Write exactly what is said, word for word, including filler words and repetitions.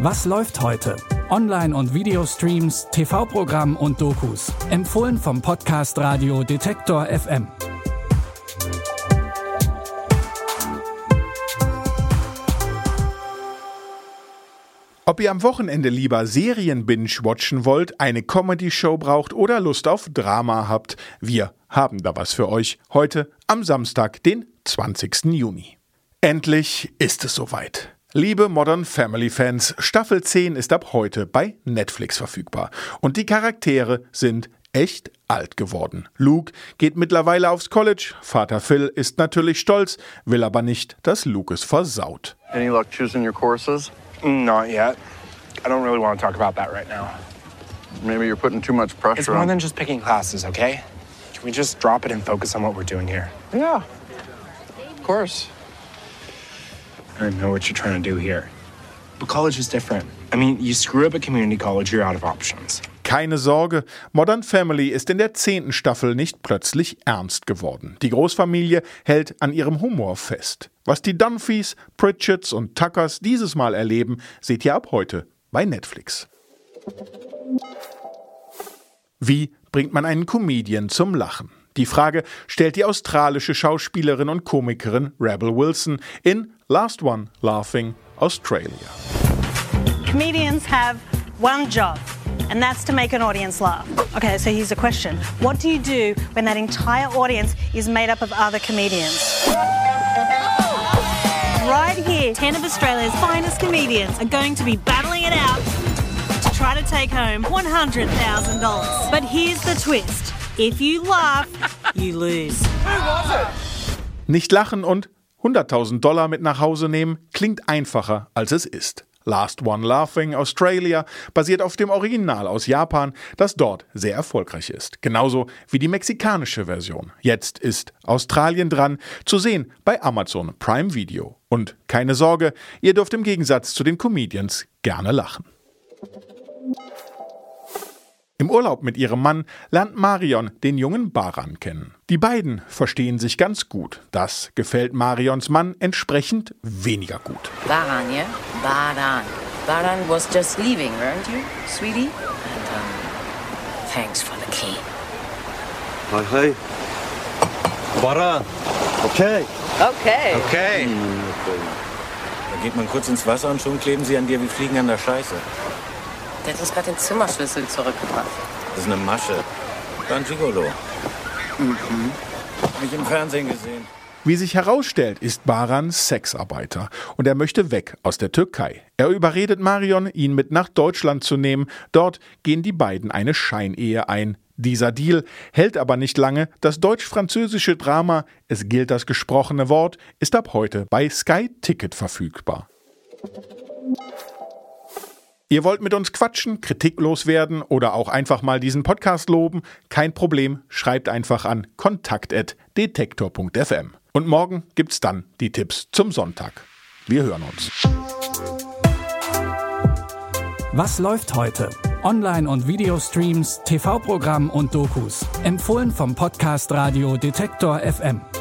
Was läuft heute? Online- und Videostreams, T V-Programm und Dokus. Empfohlen vom Podcast Radio Detektor F M. Ob ihr am Wochenende lieber Serien binge-watchen wollt, eine Comedy-Show braucht oder Lust auf Drama habt, wir haben da was für euch. Heute am Samstag, den zwanzigsten Juni. Endlich ist es soweit. Liebe Modern Family Fans, Staffel zehn ist ab heute bei Netflix verfügbar. Und die Charaktere sind echt alt geworden. Luke geht mittlerweile aufs College, Vater Phil ist natürlich stolz, will aber nicht, dass Luke es versaut. Any luck choosing your courses? Not yet. I don't really want to talk about that right now. Maybe you're putting too much pressure It's more on... than just picking classes, okay? Can we just drop it and focus on what we're doing here? Yeah, of course. I know what you're trying to do here. But college is different. I mean, you screw up at community college, you're out of options. Keine Sorge, Modern Family ist in der zehnten Staffel nicht plötzlich ernst geworden. Die Großfamilie hält an ihrem Humor fest. Was die Dunphys, Pritchett's und Tuckers dieses Mal erleben, seht ihr ab heute bei Netflix. Wie bringt man einen Comedian zum Lachen? Die Frage stellt die australische Schauspielerin und Komikerin Rebel Wilson in Last One Laughing Australia. Comedians have one job, and that's to make an audience laugh. Okay, so here's a question. What do you do when that entire audience is made up of other comedians? Right here, ten of Australia's finest comedians are going to be battling it out to try to take home one hundred thousand dollars. But here's the twist. If you laugh, you lose. Nicht lachen und hunderttausend Dollar mit nach Hause nehmen klingt einfacher, als es ist. Last One Laughing Australia basiert auf dem Original aus Japan, das dort sehr erfolgreich ist. Genauso wie die mexikanische Version. Jetzt ist Australien dran, zu sehen bei Amazon Prime Video. Und keine Sorge, ihr dürft im Gegensatz zu den Comedians gerne lachen. Im Urlaub mit ihrem Mann lernt Marion den jungen Baran kennen. Die beiden verstehen sich ganz gut. Das gefällt Marions Mann entsprechend weniger gut. Baran, yeah? Baran. Baran was just leaving, weren't you, sweetie? And, um, thanks for the key. Hi, hi. Baran. Okay. Okay. Okay. Da geht man kurz ins Wasser und schon kleben sie an dir wie Fliegen an der Scheiße. Der hat uns gerade den Zimmerschlüssel zurückgebracht. Das ist eine Masche. War ein Gigolo. Mhm. Hab ich im Fernsehen gesehen. Wie sich herausstellt, ist Baran Sexarbeiter und er möchte weg aus der Türkei. Er überredet Marion, ihn mit nach Deutschland zu nehmen. Dort gehen die beiden eine Scheinehe ein. Dieser Deal hält aber nicht lange. Das deutsch-französische Drama Es gilt das gesprochene Wort ist ab heute bei Sky Ticket verfügbar. Ihr wollt mit uns quatschen, Kritik loswerden oder auch einfach mal diesen Podcast loben? Kein Problem, schreibt einfach an kontakt at detektor punkt f m. Und morgen gibt's dann die Tipps zum Sonntag. Wir hören uns. Was läuft heute? Online- und Videostreams, T V-Programm und Dokus. Empfohlen vom Podcast Radio Detektor F M.